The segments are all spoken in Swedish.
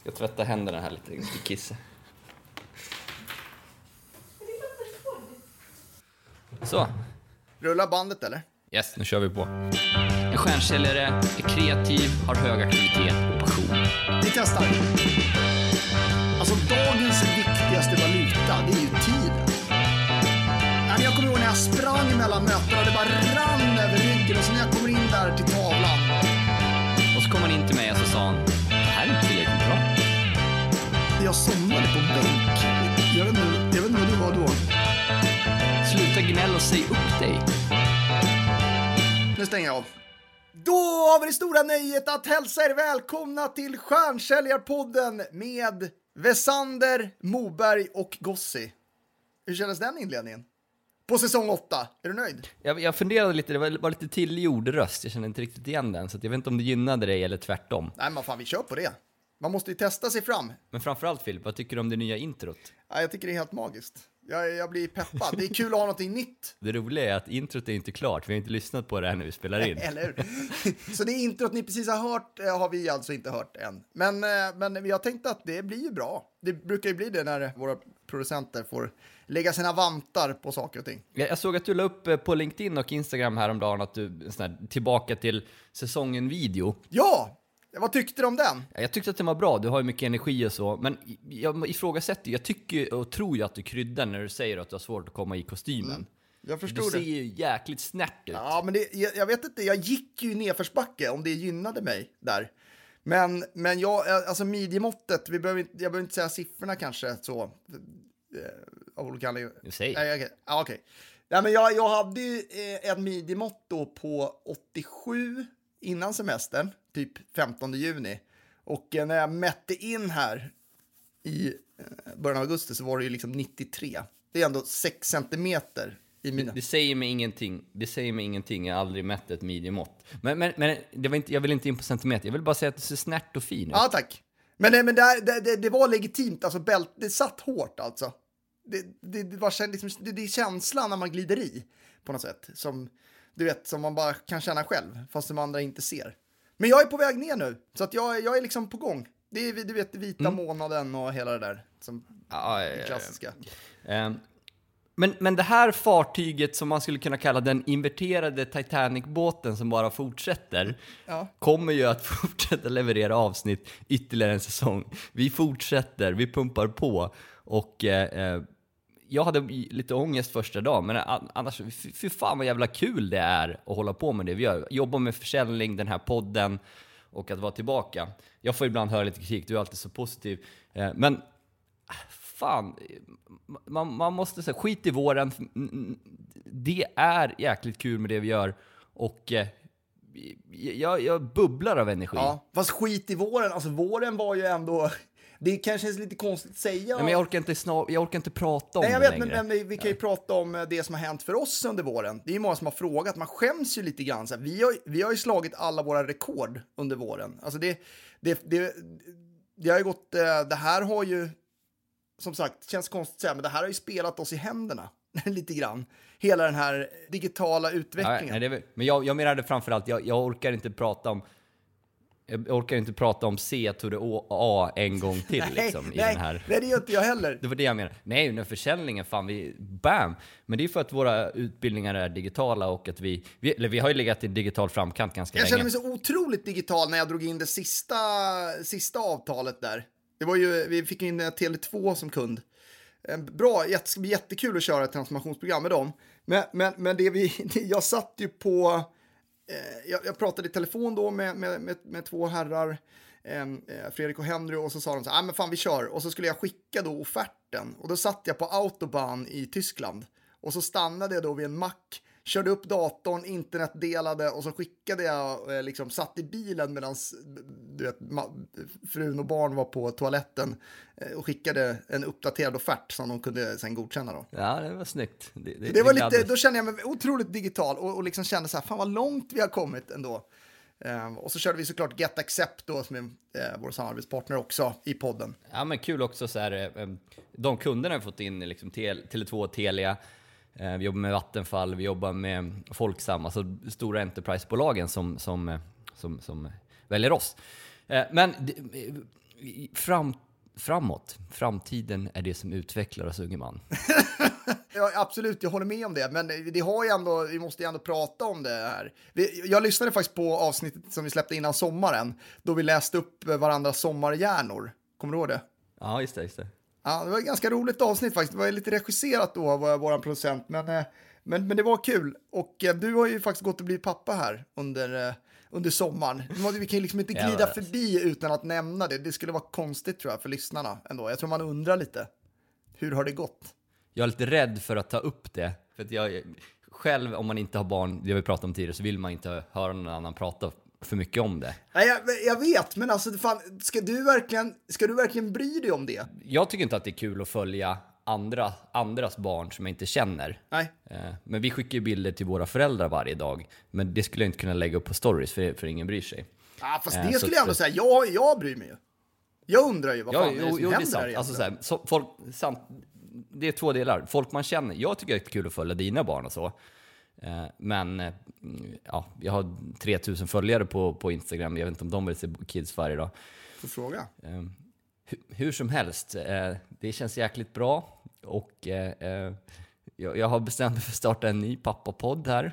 Ska tvätta händerna här lite, inte kissa. Så. Rullar bandet eller? Yes, nu kör vi på. En stjärnsäljare är kreativ, har hög aktivitet och passion. Vi testar. Alltså dagens viktigaste valuta, det är ju tiden. Jag kommer ihåg när jag sprang mellan mötena och det bara rann över ryggen. Och så när jag kommer in där till tavlan. Och så kom han in till mig och så sa han, det här är inte tillräckligt bra. Jag somnade på bänk. Jag vet inte vad det var då. Sluta gnäll och säg upp dig. Nu stänger jag av. Då har vi det stora nöjet att hälsa er välkomna till Stjärnsäljarpodden med Wessander, Moberg och Gossi. Hur kändes den inledningen? På säsong 8. Är du nöjd? Jag funderade lite, det var lite tillgjord röst. Jag kände inte riktigt igen den, så jag vet inte om det gynnade dig eller tvärtom. Nej, men fan, vi kör på det. Man måste ju testa sig fram. Men framförallt, Filip, vad tycker du om det nya introt? Ja, jag tycker det är helt magiskt. Jag blir peppad. Det är kul att ha något nytt. Det roliga är att introt är inte klart. Vi har inte lyssnat på det här när vi spelar in. Eller hur? Så det introt ni precis har hört har vi alltså inte hört än. Men jag tänkte att det blir ju bra. Det brukar ju bli det när våra producenter får lägga sina vantar på saker och ting. Jag såg att du la upp på LinkedIn och Instagram häromdagen att du sån här, tillbaka till säsongen-video. Ja! Vad tyckte du om den? Jag tyckte att den var bra, du har ju mycket energi och så. Men jag ifrågasätter, jag tycker och tror ju att du kryddar när du säger att du har svårt att komma i kostymen. Jag förstår det. det. Du ser ju jäkligt snärt ut. Ja, men jag vet inte, jag gick ju i nedförsbacke om det gynnade mig där. Men alltså midjemåttet, jag behöver inte säga siffrorna kanske så. Av olika anledningar. Du säger. Nej, okej. Nej, men jag hade ju en midjemått då på 87 innan semestern, typ 15 juni. Och när jag mätte in här i början av augusti så var det ju liksom 93. Det är ändå 6 centimeter i mina. Det säger mig ingenting. Jag har aldrig mätt ett midjemått. Men det var inte, jag vill inte in på centimeter. Jag vill bara säga att det ser snärt och fin ut. Ja, tack. Men det var legitimt. Alltså, det satt hårt alltså. Det var liksom, det är känslan när man glider i på något sätt. Som, du vet, som man bara kan känna själv. Fast de andra inte ser. Men jag är på väg ner nu. Så att jag är liksom på gång. Det är, du vet, vita månaden och hela det där. Som klassiska. Men det här fartyget som man skulle kunna kalla den inverterade Titanic-båten som bara fortsätter kommer ju att fortsätta leverera avsnitt ytterligare en säsong. Vi fortsätter, vi pumpar på och jag hade lite ångest första dagen, men annars, fy fan vad jävla kul det är att hålla på med det vi gör. Jobba med försäljning, den här podden och att vara tillbaka. Jag får ibland höra lite kritik, du är alltid så positiv. Men fan, man måste säga skit i våren. Det är jäkligt kul med det vi gör. Och jag bubblar av energi. Ja, fast skit i våren. Alltså våren var ju ändå... Det kanske är lite konstigt att säga. Nej, men jag orkar inte prata om det längre. Men vi kan ju prata om det som har hänt för oss under våren. Det är ju många som har frågat. Man skäms ju lite grann. Så här, vi har ju slagit alla våra rekord under våren. Alltså det har ju gått... Det här har ju... Som sagt, känns konstigt att säga, men det här har ju spelat oss i händerna lite grann. Hela den här digitala utvecklingen. Nej, men jag menade framförallt, jag orkar inte prata om C to the A en gång till liksom, i den här. Nej, det gör inte jag heller. Det var det jag menade. Nej, när försäljningen, bam! Men det är för att våra utbildningar är digitala och att vi har ju legat i digital framkant ganska länge. Jag känner mig så otroligt digital när jag drog in det sista avtalet där. Det var ju, vi fick in Tele2 som kund. Bra, det ska bli jättekul att köra ett transformationsprogram med dem. Men jag satt ju på... Jag pratade i telefon då med två herrar, Fredrik och Henry, och så sa de så här, men fan vi kör. Och så skulle jag skicka då offerten. Och då satt jag på Autobahn i Tyskland. Och så stannade jag då vid en mack, körde upp datorn, internetdelade och så skickade jag, liksom satt i bilen medan du vet, frun och barn var på toaletten och skickade en uppdaterad offert som de kunde sen godkänna då. Ja, det var snyggt. Det var lite, då kände jag mig otroligt digital och liksom kände så här, fan vad långt vi har kommit ändå. Och så körde vi såklart Get Accept då som är vår samarbetspartner också i podden. Ja, men kul också så här, de kunderna har fått in liksom Tele2 och Telia. Vi jobbar med Vattenfall, vi jobbar med Folksam, alltså stora enterprisebolagen som väljer oss. Men Framåt. Framtiden är det som utvecklar oss, unge man. Ja, absolut, jag håller med om det. Men det har ju ändå, vi måste ju ändå prata om det här. Jag lyssnade faktiskt på avsnittet som vi släppte innan sommaren. Då vi läste upp varandras sommarhjärnor. Kommer du ihåg det? Ja, just det. Ja, det var ett ganska roligt avsnitt faktiskt. Det var lite regisserat då av vår producent. Men det var kul. Och du har ju faktiskt gått och blivit pappa här under sommaren. Vi kan ju liksom inte glida förbi utan att nämna det. Det skulle vara konstigt tror jag för lyssnarna ändå. Jag tror man undrar lite. Hur har det gått? Jag är lite rädd för att ta upp det. För att jag själv, om man inte har barn, det vi pratade om tidigare, så vill man inte höra någon annan prata för mycket om det. Nej, jag vet, men alltså fan, ska du verkligen bry dig om det? Jag tycker inte att det är kul att följa andras barn som jag inte känner. Nej. Men vi skickar ju bilder till våra föräldrar varje dag. Men det skulle jag inte kunna lägga upp på stories för ingen bryr sig. Ja, fast det skulle jag ändå säga. Jag bryr mig ju. Jag undrar ju vad fan är det som händer där alltså, det är två delar. Folk man känner. Jag tycker det är kul att följa dina barn och så. Men ja, jag har 3000 följare på Instagram. Jag vet inte om de vill se kids varje dag. Får fråga. Hur som helst, det känns jäkligt bra. Och jag har bestämt mig för att starta en ny pappapodd här.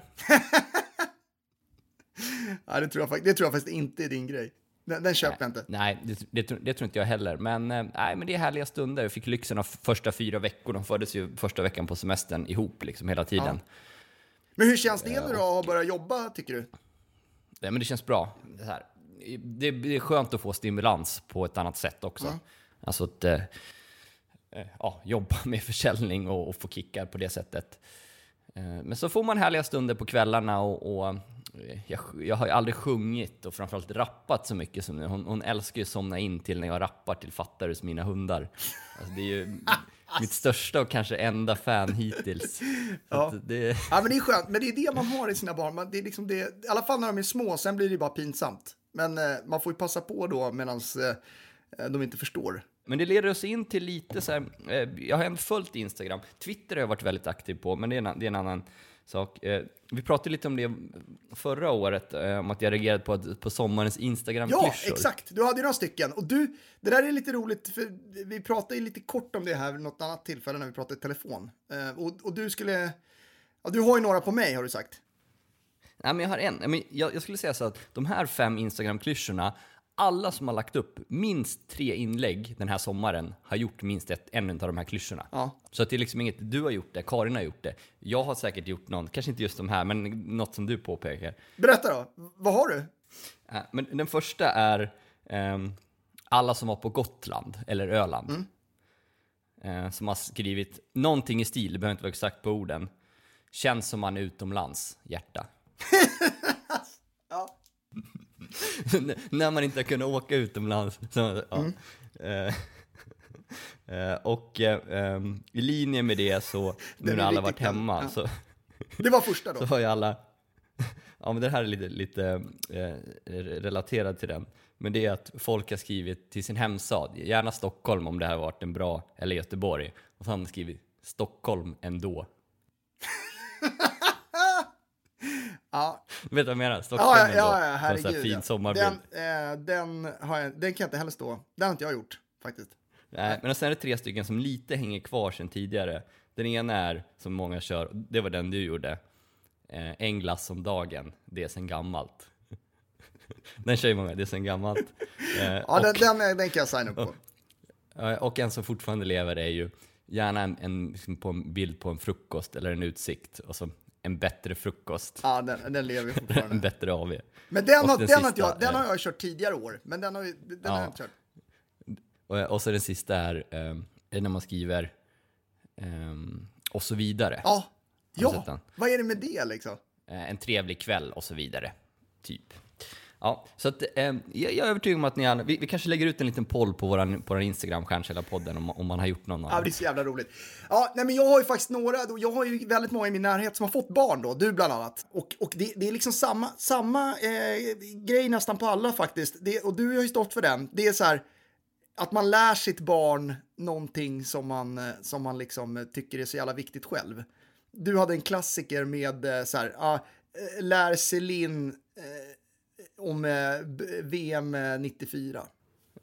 Ja, det tror jag faktiskt inte är din grej. Den köper jag inte. Nej, det tror inte jag heller. Men det är härliga stunder. Jag fick lyxen av första 4 veckor. De fördes ju första veckan på semestern ihop liksom hela tiden. Ja. Men hur känns det nu då att börja jobba, tycker du? Ja, men det känns bra. Det är skönt att få stimulans på ett annat sätt också. Mm. Alltså att jobba med försäljning och få kickar på det sättet. Men så får man härliga stunder på kvällarna och jag har ju aldrig sjungit och framförallt rappat så mycket som nu. Hon älskar ju att somna in till när jag rappar till Fattarus mina hundar. Alltså det är ju mitt största och kanske enda fan hittills. Ja. Men det är skönt. Men det är det man har i sina barn. Det är liksom det, i alla fall när de är små, sen blir det bara pinsamt. Men man får ju passa på då medan de inte förstår. Men det leder oss in till lite så här, jag har ändå följt Instagram. Twitter har jag varit väldigt aktiv på, men det är en annan sak. Vi pratade lite om det förra året, om att jag reagerade på sommarens Instagram-klyschor. Ja, exakt. Du hade ju några stycken. Och det där är lite roligt, för vi pratade ju lite kort om det här vid något annat tillfälle när vi pratade i telefon. Och du skulle... Ja, du har ju några på mig, har du sagt. Nej, men jag har en. Men jag skulle säga så att de här 5 Instagram-klyschorna, alla som har lagt upp minst 3 inlägg den här sommaren har gjort minst en av de här klyschorna. Ja. Så att det är liksom inget, du har gjort det, Karin har gjort det. Jag har säkert gjort någon, kanske inte just de här, men något som du påpekar. Berätta då, vad har du? Men den första är alla som var på Gotland eller Öland. Som har skrivit någonting i stil, det behöver inte vara exakt på orden. Känns som man är utomlands, hjärta. Ja. När man inte har kunnat åka utomlands. Så, och i linje med det så nu när alla varit hemma, ja. Så det var första då. Så har ju alla. Ja, men det här är lite relaterat till den. Men det är att folk har skrivit till sin hemstad, gärna Stockholm om det här har varit en bra, eller Göteborg. Och så har man skrivit Stockholm ändå. Ja. Vet du vad jag menar? Stockholm ändå. Ja, herregud. Fin sommarbild. Den kan jag inte heller stå. Den har inte jag gjort, faktiskt. Nej, men sen är det 3 stycken som lite hänger kvar sedan tidigare. Den ena är, som många kör, det var den du gjorde. En glass om dagen, det är sen gammalt. Den kör ju många, det är sen gammalt. Ja, den kan jag signa upp på. Och en som fortfarande lever är ju gärna en bild på en frukost eller en utsikt. Och så en bättre frukost. Ja, den lever fortfarande. En bättre AV. Men den har jag kört tidigare år. Men den har jag inte kört. Och så den sista är när man skriver och så vidare. Ja, vad är det med det liksom? En trevlig kväll och så vidare, typ. Ja, så att jag är övertygad om att ni alla, vi kanske lägger ut en liten poll på våran Instagram, Stjärnkällarpodden, om man har gjort någon. Ja, det är så jävla roligt. Ja, nej, men jag har ju faktiskt jag har ju väldigt många i min närhet som har fått barn då, du bland annat. Och det är liksom samma grej nästan på alla faktiskt. Och du har ju stått för den. Det är så här att man lär sitt barn någonting som man liksom tycker är så jävla viktigt själv. Du hade en klassiker med så här, lär Celine om VM 94.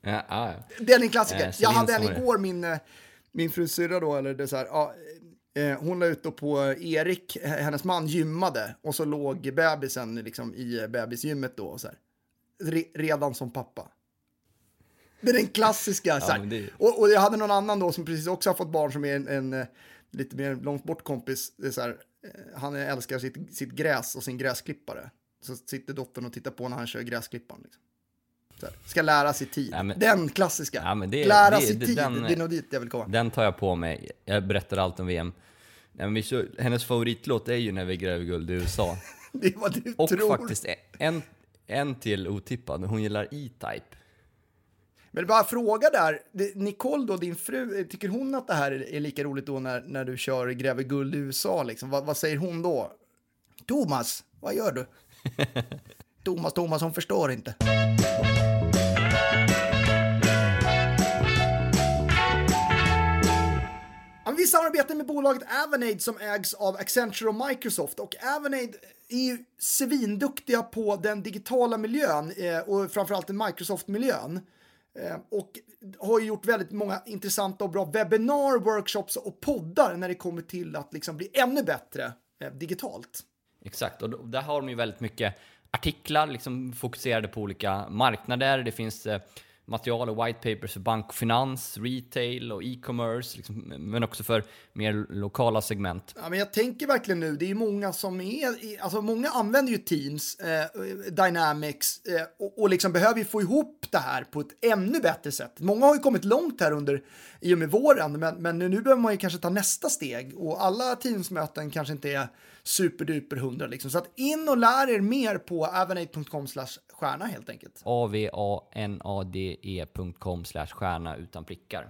Ja. Den är en klassiker. Jag hade en igår, min fru syrra då, eller det så här, hon la ut då på Erik, hennes man gymmade, och så låg bebisen liksom i bebisgymmet då, och så här, redan som pappa. Det är den klassiska. Så här. Och jag hade någon annan då som precis också har fått barn, som är en lite mer långt bort kompis. Det är så här, han älskar sitt gräs och sin gräsklippare. Så sitter dottern och tittar på när han kör gräsklipparen. Liksom. Så här, ska lära sig tid. Ja, men, den klassiska. Ja, men lära sig tid, det är nog dit jag vill komma. Den tar jag på mig. Jag berättar allt om VM. Hennes favoritlåt är ju När vi gräver guld i USA. Det är vad du och tror. Och faktiskt en till otippad. Hon gillar E-Type. Men bara fråga där, Nicole då, din fru, tycker hon att det här är lika roligt då när du kör gräver guld i USA liksom? Vad säger hon då? Thomas, vad gör du? Thomas, hon förstår inte. Vi samarbetar med bolaget Avanade som ägs av Accenture och Microsoft, och Avanade är ju svinduktiga på den digitala miljön och framförallt den Microsoft-miljön. Och har gjort väldigt många intressanta och bra webbinar, workshops och poddar när det kommer till att liksom bli ännu bättre digitalt. Exakt, och där har de ju väldigt mycket artiklar liksom fokuserade på olika marknader. Det finns material och white papers för bank och finans, retail och e-commerce, liksom, men också för mer lokala segment. Ja, men jag tänker verkligen nu, det är många som alltså många använder ju Teams, Dynamics och liksom behöver ju få ihop det här på ett ännu bättre sätt. Många har ju kommit långt här i och med våren, men nu behöver man ju kanske ta nästa steg, och alla Teams-möten kanske inte är superduper 100 liksom. Så att in och lär er mer på avanade.com/stjärna helt enkelt. avanade.com/stjärna utan prickar.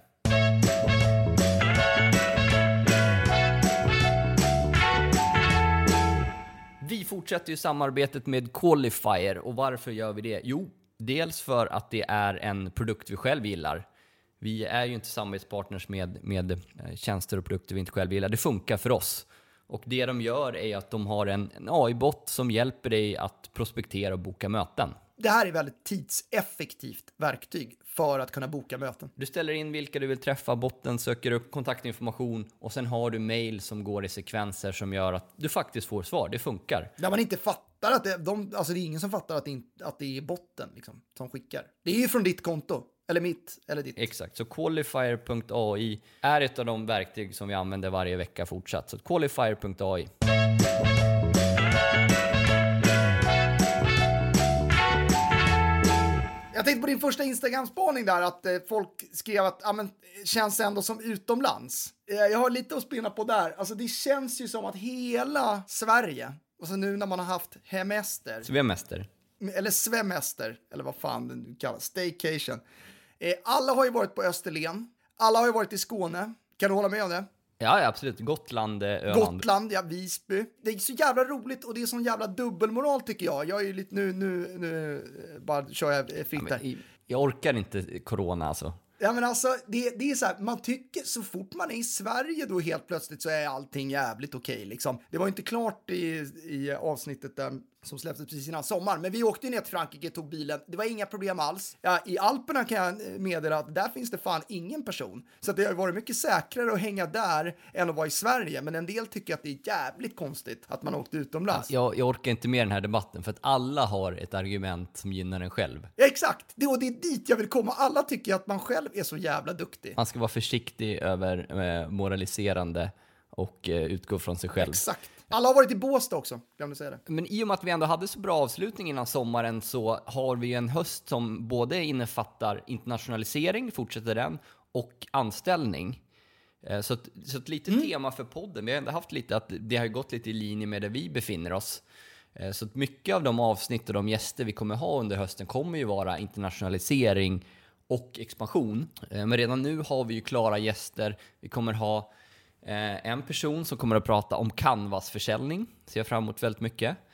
Vi fortsätter ju samarbetet med Qualifier, och varför gör vi det? Jo, dels för att det är en produkt vi själv gillar. Vi är ju inte samarbetspartners med tjänster och produkter vi inte själv gillar. Det funkar för oss. Och det de gör är att de har en AI-bot som hjälper dig att prospektera och boka möten. Det här är väldigt tidseffektivt verktyg för att kunna boka möten. Du ställer in vilka du vill träffa, botten söker upp kontaktinformation, och sen har du mail som går i sekvenser som gör att du faktiskt får svar. Det funkar. Där man inte fattar att det är ingen som fattar att det är botten liksom, som skickar. Det är ju från ditt konto. Eller mitt, eller ditt. Exakt, så Qualifier.ai är ett av de verktyg som vi använder varje vecka fortsatt. Så Qualifier.ai. Jag tänkte på din första Instagram-spaning där, att folk skrev att känns ändå som utomlands. Jag har lite att spinna på där. Alltså det känns ju som att hela Sverige, alltså nu när man har haft hemester. Svemester. Eller svemester, eller vad fan det kallas, staycation. Alla har ju varit på Österlen. Alla har ju varit i Skåne. Kan du hålla med om det? Ja, absolut. Gotland, Öland. Gotland, ja, Visby. Det är så jävla roligt, och det är sån jävla dubbelmoral tycker jag. Jag är ju lite nu bara kör jag fritt här. Jag orkar inte corona alltså. Ja, men alltså, det är så här, man tycker så fort man är i Sverige då helt plötsligt så är allting jävligt okej, liksom. Det var inte klart i avsnittet där som släpptes precis innan sommaren, men vi åkte ner till Frankrike, tog bilen, det var inga problem alls. Ja, i Alperna kan jag meddela att där finns det fan ingen person, så att det har varit mycket säkrare att hänga där än att vara i Sverige, men en del tycker att det är jävligt konstigt att man åkte utomlands. Jag orkar inte med den här debatten, för att alla har ett argument som gynnar en själv. Ja, exakt, det är dit jag vill komma. Alla tycker att man själv är så jävla duktig. Man ska vara försiktig över moraliserande och utgå från sig själv. Exakt. Alla har varit i Båstad också, kan du säga det. Men i och med att vi ändå hade så bra avslutning innan sommaren, så har vi en höst som både innefattar internationalisering, fortsätter den, och anställning. Så ett litet tema för podden. Vi har ändå haft lite att det har gått lite i linje med där vi befinner oss. Så att mycket av de avsnitt och de gäster vi kommer ha under hösten kommer ju vara internationalisering och expansion. Men redan nu har vi ju klara gäster. Vi kommer ha en person som kommer att prata om Canvas-försäljning. Ser jag fram emot väldigt mycket.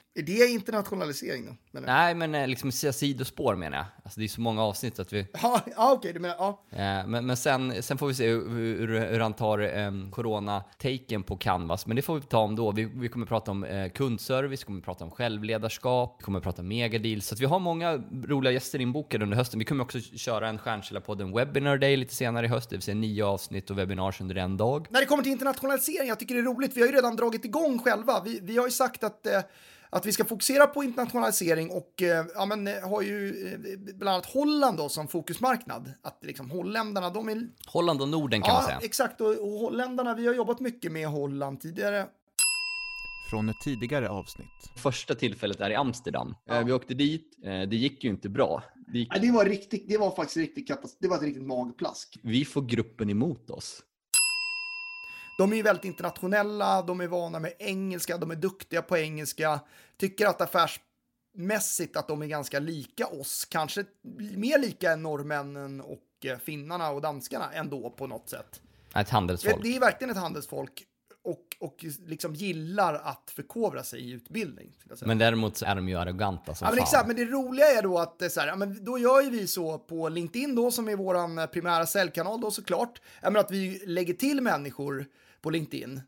Är det internationalisering då? Nej, men liksom sidospår menar jag. Alltså det är så många avsnitt att vi... Ja, okej, du menar, ja. Men sen får vi se hur han tar corona-taken på Canvas. Men det får vi ta om då. Vi kommer prata om kundservice, vi kommer prata om självledarskap, vi kommer prata om megadeals. Så att vi har många roliga gäster inbokade under hösten. Vi kommer också köra en Stjärnkällarpodden Webinar Day lite senare i höst. Det vill säga 9 avsnitt och webinars under en dag. När det kommer till internationalisering, jag tycker det är roligt. Vi har ju redan dragit igång själva. Vi har ju sagt att vi ska fokusera på internationalisering och har ju bland annat Holland då som fokusmarknad. Att liksom holländarna, de är... Holland och Norden kan man säga. Ja, exakt. Och holländarna, vi har jobbat mycket med Holland tidigare. Från ett tidigare avsnitt. Första tillfället är i Amsterdam. Vi åkte dit, det gick ju inte bra. Det var faktiskt riktigt katastrof. Det var ett riktigt magplask. Vi får gruppen emot oss. De är ju väldigt internationella, de är vana med engelska, de är duktiga på engelska. Tycker att affärsmässigt att de är ganska lika oss. Kanske mer lika än norrmännen och finnarna och danskarna ändå på något sätt. Ett handelsfolk. Det är verkligen ett handelsfolk. Och liksom gillar att förkovra sig i utbildning. Men däremot så är de ju arroganta som fan. Exakt, men det roliga är då att så här, men då gör ju vi så på LinkedIn då, som är våran primära säljkanal då såklart. Att vi lägger till människor på LinkedIn.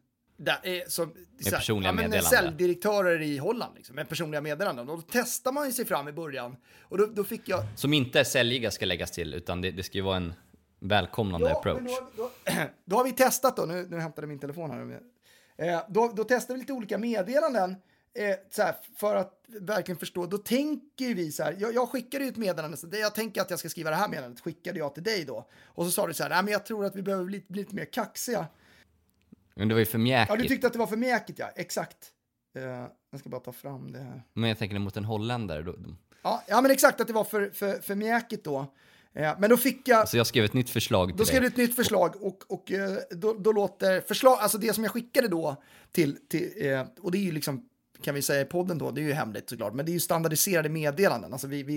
Med personliga meddelanden. Säljdirektörer i Holland liksom, med personliga meddelanden. Och då testar man ju sig fram i början. Och då fick jag... Som inte är säljiga ska läggas till, utan det ska ju vara en välkomnande approach. Då har vi testat då, nu hämtade min telefon här. Då testade vi lite olika meddelanden så här, för att verkligen förstå. Då tänker vi så här, jag skickade ju ett meddelande, så jag tänker att jag ska skriva det här meddelandet, skickade jag till dig då. Och så sa du så här, nej men jag tror att vi behöver bli lite mer kaxiga. Men det var ju för mjäkigt. Ja, du tyckte att det var för mjäkigt, ja, exakt. Jag ska bara ta fram det här. Men jag tänker mot en holländare då. Ja, men exakt att det var för mjäkigt då. Men då fick jag... Så jag skrev ett nytt förslag till dig. Då skrev du ett nytt förslag och då låter förslag... Alltså det som jag skickade då till och det är ju liksom, kan vi säga i podden då, det är ju hemligt såklart, men det är ju standardiserade meddelanden. Alltså det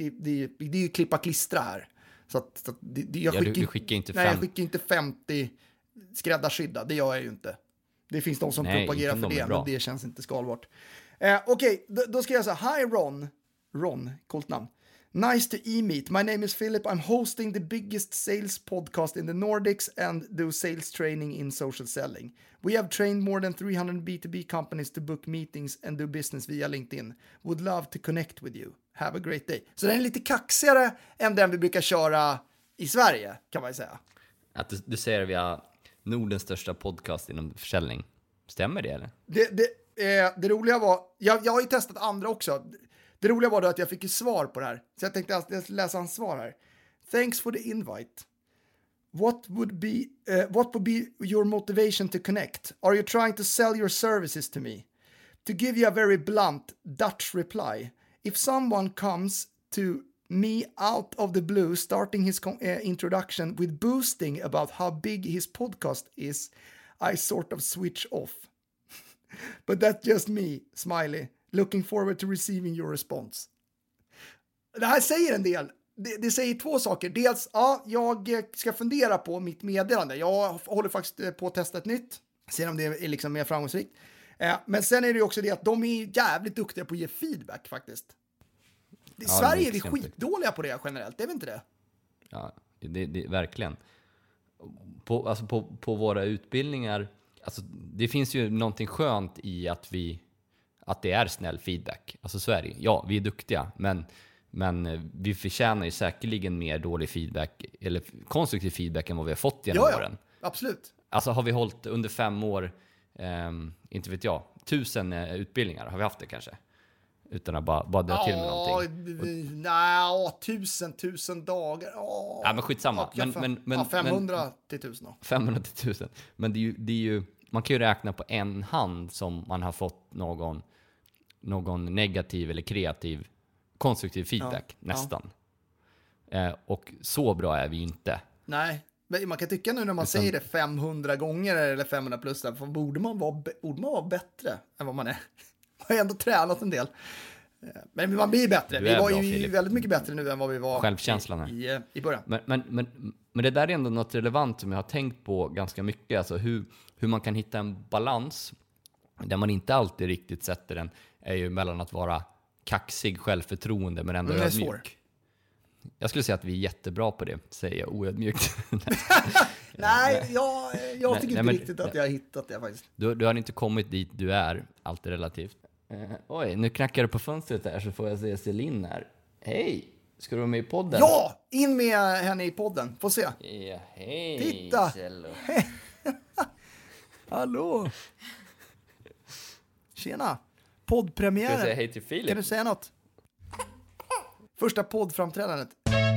är ju klippa klistra här. Så att du skickar inte 50. Nej, jag skickar inte 50 skräddarsydda, det gör jag ju inte. Det finns de som propagerar för det, men det känns inte skalbart. Okej, då ska jag säga, hi Ron, coolt namn. Nice to e-meet. My name is Philip. I'm hosting the biggest sales podcast in the Nordics and do sales training in social selling. We have trained more than 300 B2B companies to book meetings and do business via LinkedIn. Would love to connect with you. Have a great day. Så den är lite kaxigare än den vi brukar köra i Sverige, kan man ju säga. Att du säger vi har Nordens största podcast inom försäljning. Stämmer det eller? Det roliga var, jag har ju testat andra också. Det roliga var då att jag fick ju svar på det här. Så jag tänkte att jag skulle läsa hans svar här. Thanks for the invite. What would be your motivation to connect? Are you trying to sell your services to me? To give you a very blunt Dutch reply. If someone comes to me out of the blue starting his introduction with boasting about how big his podcast is, I sort of switch off. But that's just me, smiley. Looking forward to receiving your response. Det här säger en del. Det säger två saker. Dels, jag ska fundera på mitt meddelande. Jag håller faktiskt på att testa ett nytt. Se om det är liksom mer framgångsrikt. Men sen är det ju också det att de är jävligt duktiga på att ge feedback faktiskt. I Sverige är vi skitdåliga på det generellt, är vi inte det? Ja, det verkligen. På våra utbildningar, alltså, det finns ju någonting skönt i att det är snäll feedback. Alltså Sverige, ja, vi är duktiga, men vi förtjänar ju säkerligen mer dålig feedback eller konstruktiv feedback än vad vi har fått genom åren. Absolut. Alltså har vi hållit under 5 år, inte vet jag, 1000 utbildningar, har vi haft det kanske? Utan att bara dra till med någonting. Nej, 1000 dagar. Ja, men skitsamma. Men 500 till 1000 då. 500 till 1000. Men det är ju, man kan ju räkna på en hand som man har fått någon negativ eller kreativ, konstruktiv feedback, nästan. Och så bra är vi inte. Nej, men man kan tycka nu när man säger det 500 gånger eller 500 plus, där, borde man vara bättre än vad man är. Man har ändå tränat en del. Men man blir bättre. Vi var ju väldigt mycket bättre nu än vad vi var självkänslan i början. Men det där är ändå något relevant som jag har tänkt på ganska mycket. Alltså hur man kan hitta en balans där man inte alltid riktigt sätter är ju mellan att vara kaxig, självförtroende men ändå ödmjuk. Jag skulle säga att vi är jättebra på det, säger jag oödmjukt. Nej, jag tycker inte riktigt att jag har hittat det faktiskt. Du har inte kommit dit du är, allt är relativt. Oj, nu knackar det på fönstret här så får jag se Celine här. Hej, ska du vara med i podden? Ja, in med henne i podden, får se. Ja, hej. Titta. Hallå. Tjena. Poddpremiär. Ska jag säga hej till Filip? Kan du säga något? Första poddframträdandet.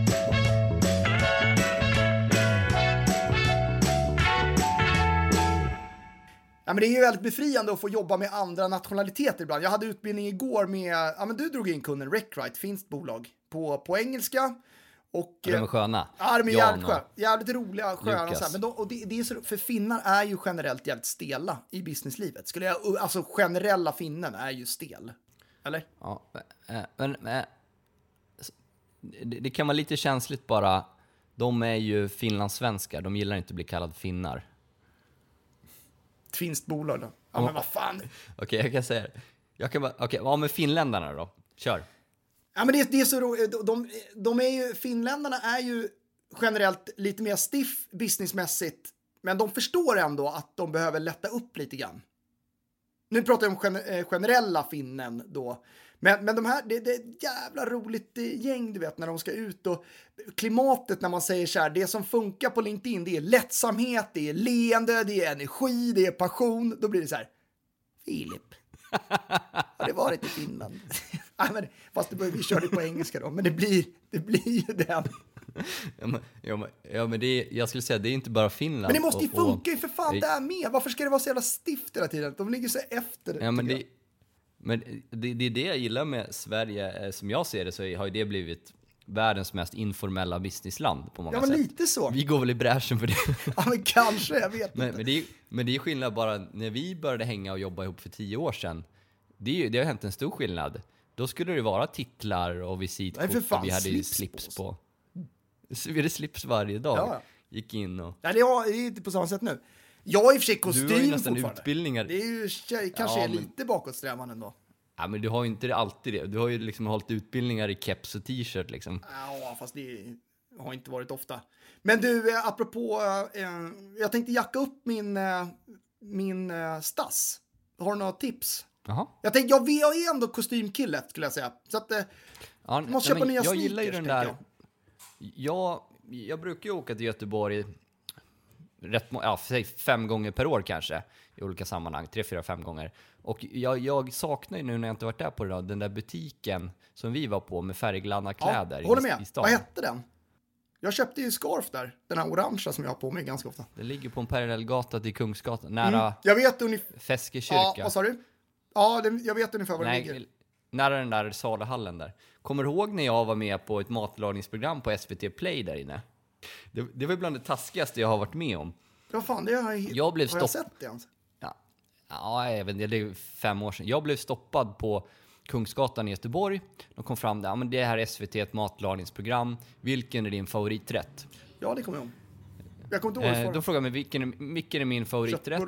Ja, men det är ju väldigt befriande att få jobba med andra nationaliteter ibland. Jag hade utbildning igår med, ja men du drog in kunden Recwrite, finskt bolag, på engelska. Och, de är sköna. Ja, de är jävligt roliga, sköna. Så här. Men det är så, för finnar är ju generellt jävligt stela i businesslivet. Alltså generella finnen är ju stel. Eller? Ja, men det kan vara lite känsligt bara. De är ju finlandssvenskar, de gillar inte att bli kallade finnar. Ett finskt bolag då? Ja, men vad fan. Okej, jag kan säga det. Ja, men finländarna då? Kör. Ja, men det är så de är ju, finländarna är ju generellt lite mer stiff businessmässigt, men de förstår ändå att de behöver lätta upp lite grann. Nu pratar jag om generella finnen då. Men de här, det är ett jävla roligt gäng, du vet, när de ska ut och klimatet när man säger så här, det som funkar på LinkedIn, det är lättsamhet, det är leende, det är energi, det är passion. Då blir det så här, Filip, har det varit i Finland? Fast vi kör det på engelska då, men det blir ju den. Ja, men jag skulle säga det är inte bara Finland. Men det måste ju funka för fan där med. Varför ska det vara så jävla stift hela tiden? De ligger så efter. Ja, men det är det jag gillar med Sverige. Som jag ser det så har ju det blivit världens mest informella businessland på många sätt. Ja, men lite så. Vi går väl i bräschen för det. Ja, men kanske, jag vet inte. Men det är skillnad bara när vi började hänga och jobba ihop för 10 år sedan. Det har hänt en stor skillnad. Då skulle det vara titlar och visitkort. Nej, och vi hade slips på. Vi hade slips varje dag. Ja. Gick in och... Nej, det är inte på samma sätt nu. Jag har i och för sig kostym fortfarande. Du har ju nästan utbildningar. Det är ju kanske lite bakåtsträvande ändå. Ja, men du har ju inte alltid det. Du har ju liksom hållit utbildningar i keps och t-shirt liksom. Ja, fast det har inte varit ofta. Men du, apropå... jag tänkte jacka upp min stass. Har du några tips? Jaha. Jag tänkte, jag är ändå kostymkille, skulle jag säga. Så att måste köpa nya jag sneakers. Gillar ju den där... Jag brukar ju åka till Göteborg 5 gånger per år kanske. I olika sammanhang, 3-4-5 gånger. Och jag saknar ju nu när jag inte varit där på det då, den där butiken som vi var på med färgglada kläder i stan. Vad hette den? Jag köpte ju scarf där, den här orangea som jag har på mig ganska ofta. Det ligger på en parallellgata till Kungsgatan, nära jag vet ungefär. Fäske kyrka. Ja, vad sa du? Ja, jag vet ungefär var det ligger. Nära den där saluhallen där. Kommer du ihåg när jag var med på ett matlagningsprogram på SVT Play där inne? Det var bland det taskigaste jag har varit med om. Ja, fan, det har jag sett det ens? Ja, jag vet inte, det är 5 år sedan. Jag blev stoppad på Kungsgatan i Göteborg. De kom fram där, ja, men det här är SVT, ett matlagningsprogram. Vilken är din favoriträtt? Ja, det kommer jag ihåg. Jag kommer inte ihåg. Då frågade jag mig, vilken är min favoriträtt?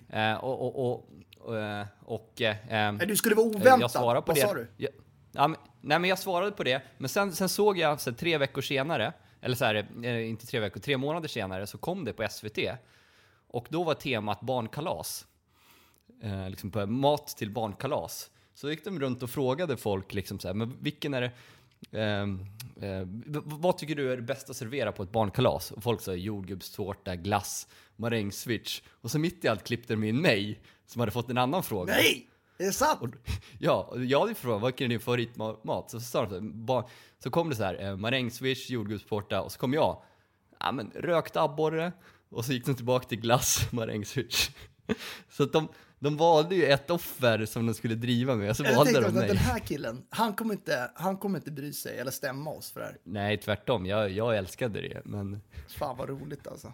Du skulle vara oväntad. Jag svarade på vad det. Sa du? Men jag svarade på det. Men sen såg jag 3 veckor senare, eller så här, inte 3 veckor, 3 månader senare så kom det på SVT. Och då var temat barnkalas. Liksom på mat till barnkalas. Så gick de runt och frågade folk liksom så här, men vilken är det vad tycker du är det bästa att servera på ett barnkalas? Och folk sa jordgubbstårta, glass, marängswitch. Och så mitt i allt klippte de in mig som hade fått en annan fråga. Nej! Är det sant? Och jag hade frågat, vad är din favoritmat? Så kom det så här, marängswitch, jordgubbstårta. Och så kom jag, men rökt abborre. Och så gick de tillbaka till glass, marängswitch. Så att de valde ju ett offer som de skulle driva med. Så valde de mig. Den här killen, han kommer inte bry sig eller stämma oss för det här. Nej, tvärtom. Jag älskade det. Men... Fan vad roligt alltså.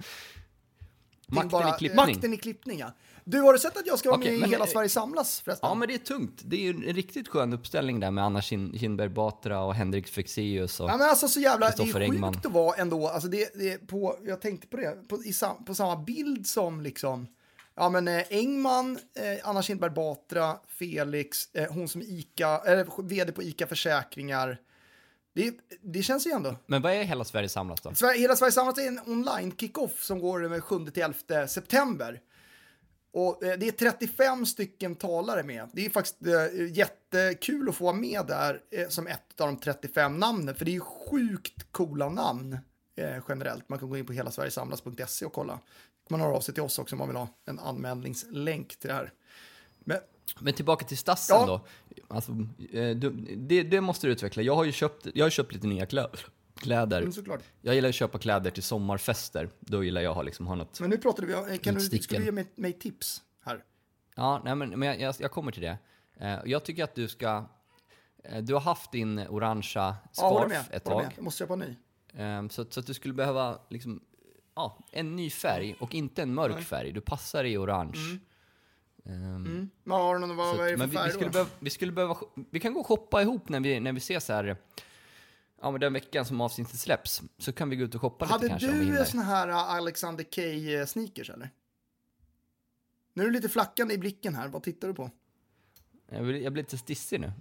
Makten i klippning, ja. Du, har du sett att jag ska vara med i Hela Sverige samlas förresten? Ja, men det är tungt. Det är ju en riktigt skön uppställning där med Anna Kinberg Batra och Henrik Fexeus och ja, men alltså så jävla, det är sjukt Engman. Att vara ändå, alltså det på, jag tänkte på det, på samma bild som liksom Ja, men Engman, Anna Kinberg Batra, Felix, hon som vd på ICA Försäkringar. Det känns ju ändå. Men vad är Hela Sverige samlas då? Hela Sverige samlas är en online kick-off som går med 7-11 september. Och det är 35 stycken talare med. Det är faktiskt jättekul att få vara med där som ett av de 35 namnen. För det är sjukt coola namn generellt. Man kan gå in på helasverigesamlas.se och kolla. Man har av sig till oss också om man vill ha en anmälningslänk till det här. Men tillbaka till Stassen då. Alltså, det måste du utveckla. Jag har köpt lite nya kläder. Såklart. Jag gillar att köpa kläder till sommarfester. Då gillar jag att ha något. Men nu pratade vi ska du ge mig tips här? Ja, nej, men jag kommer till det. Jag tycker att du har haft din orangea scarf ett tag. Jag måste köpa en ny. Så att du skulle behöva liksom, en ny färg och inte en mörk färg. Du passar i orange. Vad är det för färg då? Vi kan gå och shoppa ihop när vi ses här. Ja, men den veckan som avsnittet släpps så kan vi gå ut och shoppa lite kanske. Hade du såna här Alexander K sneakers eller? Nu är du lite flackande i blicken här. Vad tittar du på? Jag blir lite stissig nu.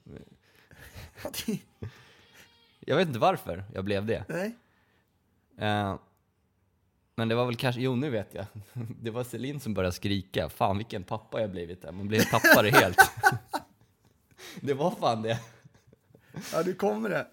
Jag vet inte varför jag blev det. Nej. Men det var väl kanske, nu vet jag. Det var Celine som började skrika. Fan vilken pappa jag blivit där. Man blev tappare helt. Det var fan det. Ja, du kommer det.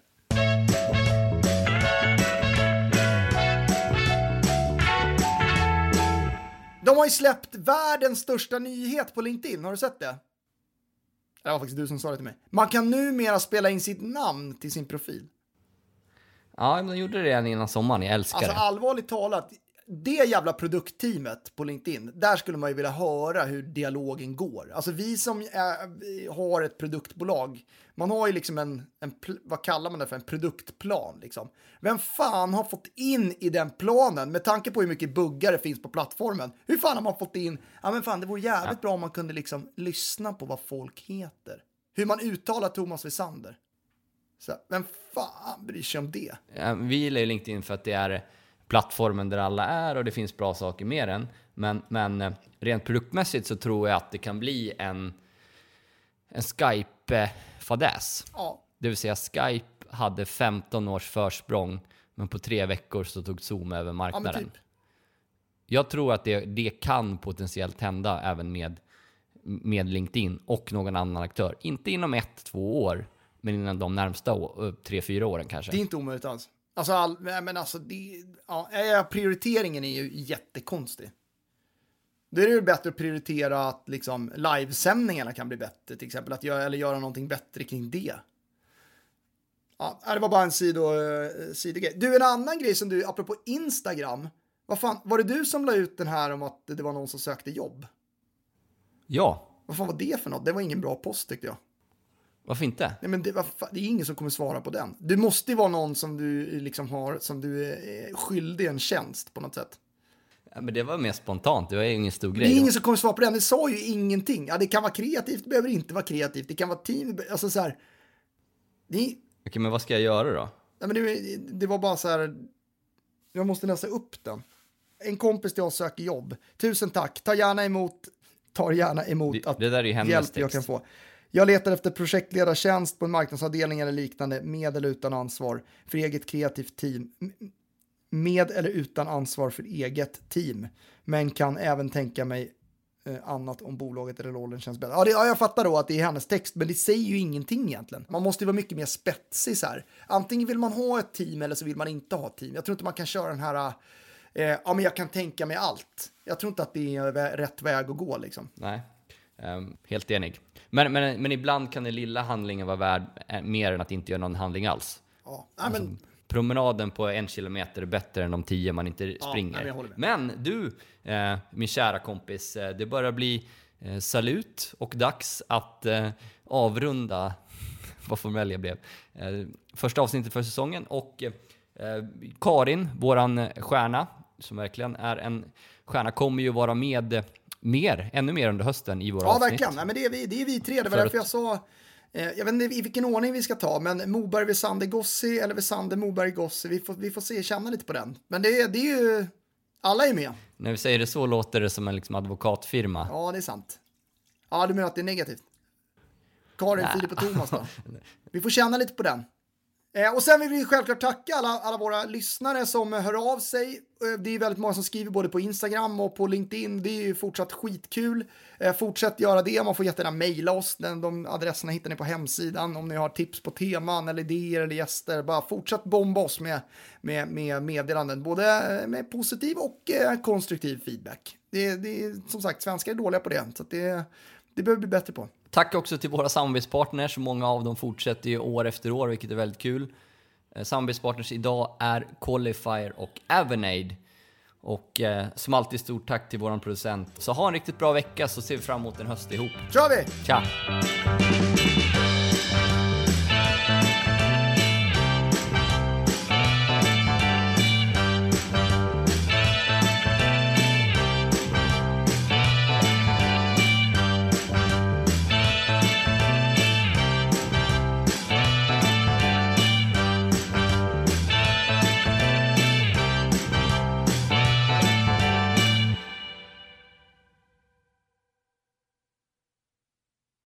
De har ju släppt världens största nyhet på LinkedIn. Har du sett det? Det var faktiskt du som sa det till mig. Man kan numera spela in sitt namn till sin profil. Ja, men de gjorde det redan innan sommaren. Jag älskar det. Alltså allvarligt talat, det jävla produktteamet på LinkedIn, där skulle man ju vilja höra hur dialogen går. Alltså vi som har ett produktbolag, man har ju liksom vad kallar man det för, en produktplan liksom. Vem fan har fått in i den planen, med tanke på hur mycket buggar det finns på plattformen, hur fan har man fått in, men fan det vore jävligt bra om man kunde liksom lyssna på vad folk heter. Hur man uttalar Thomas Wessander. Så, vem fan bryr sig om det? Vi gillar ju LinkedIn för att det är plattformen där alla är och det finns bra saker med den. Men rent produktmässigt så tror jag att det kan bli en Skype-fadäs. Ja. Det vill säga Skype hade 15 års försprång, men på 3 veckor så tog Zoom över marknaden. Ja, typ. Jag tror att det kan potentiellt hända även med LinkedIn och någon annan aktör. Inte inom 1-2 år, men inom de närmsta 3-4 åren kanske. Det är inte omöjligt alls. Prioriteringen är ju jättekonstig. Då är det ju bättre att prioritera att liksom livesändningarna kan bli bättre, till exempel, att göra någonting bättre kring det. Ja, det var bara en sidogrej. Du, en annan grej som du, apropå Instagram, vad fan, var det du som la ut den här om att det var någon som sökte jobb? Ja. Vad fan var det för något? Det var ingen bra post tyckte jag. Varför inte? Nej, men det är ingen som kommer svara på den. Det måste ju vara någon som du liksom har, som du är skyldig en tjänst på något sätt. Ja, men det var mer spontant, det var ju ingen stor grej. Det är ingen som kommer svara på den, det sa ju ingenting. Ja, det kan vara kreativt, det behöver inte vara kreativt. Det kan vara team, alltså så här. Okej, men vad ska jag göra då? Ja, men det var bara så här, jag måste läsa upp den. En kompis till oss söker jobb. 1000 tack, tar gärna emot det där är hennes hjälp text. Jag kan få. Jag letar efter projektledartjänst på en marknadsavdelning eller liknande, med eller utan ansvar för eget kreativt team. Med eller utan ansvar för eget team. Men kan även tänka mig annat om bolaget eller rollen känns bättre. Ja, jag fattar då att det är hennes text, men det säger ju ingenting egentligen. Man måste ju vara mycket mer spetsig så här. Antingen vill man ha ett team eller så vill man inte ha ett team. Jag tror inte man kan köra den här, men jag kan tänka mig allt. Jag tror inte att det är rätt väg att gå liksom. Nej, helt enig. Men ibland kan den lilla handlingen vara värd mer än att inte göra någon handling alls. Ja, alltså, men promenaden på 1 kilometer är bättre än de 10 man inte springer. Nej, men du, min kära kompis, det börjar bli salut och dags att avrunda vad formell jag blev. Första avsnittet för säsongen, och Karin, våran stjärna, som verkligen är en stjärna, kommer ju vara med ännu mer under hösten i våra avsnitt. Ja, verkligen. Nej, men det är vi tre. Det var därför jag sa, jag vet inte i vilken ordning vi ska ta, men Moberg, Wessander, Gossi eller Wessander, Moberg, Gossi. Vi får se, känna lite på den. Men det är ju, Alla är med. När vi säger det så låter det som en liksom advokatfirma. Ja, det är sant. Ja, du menar att det är negativt? Karin, Filip och Thomas då. Vi får känna lite på den. Och sen vill vi självklart tacka alla våra lyssnare som hör av sig. Det är väldigt många som skriver både på Instagram och på LinkedIn. Det är ju fortsatt skitkul. Fortsätt göra det. Man får jättegärna mejla oss. De adresserna hittar ni på hemsidan. Om ni har tips på teman eller idéer eller gäster. Bara fortsätt bomba oss med meddelanden. Både med positiv och konstruktiv feedback. Det är som sagt, svenskar är dåliga på det. Så att det behöver bli bättre på. Tack också till våra samarbetspartners. Många av dem fortsätter ju år efter år, vilket är väldigt kul. Samarbetspartners idag är Qualifier och Avanade. Och som alltid, stort tack till våran producent. Så ha en riktigt bra vecka, så ser vi fram emot en höst ihop. Kör vi! Tja!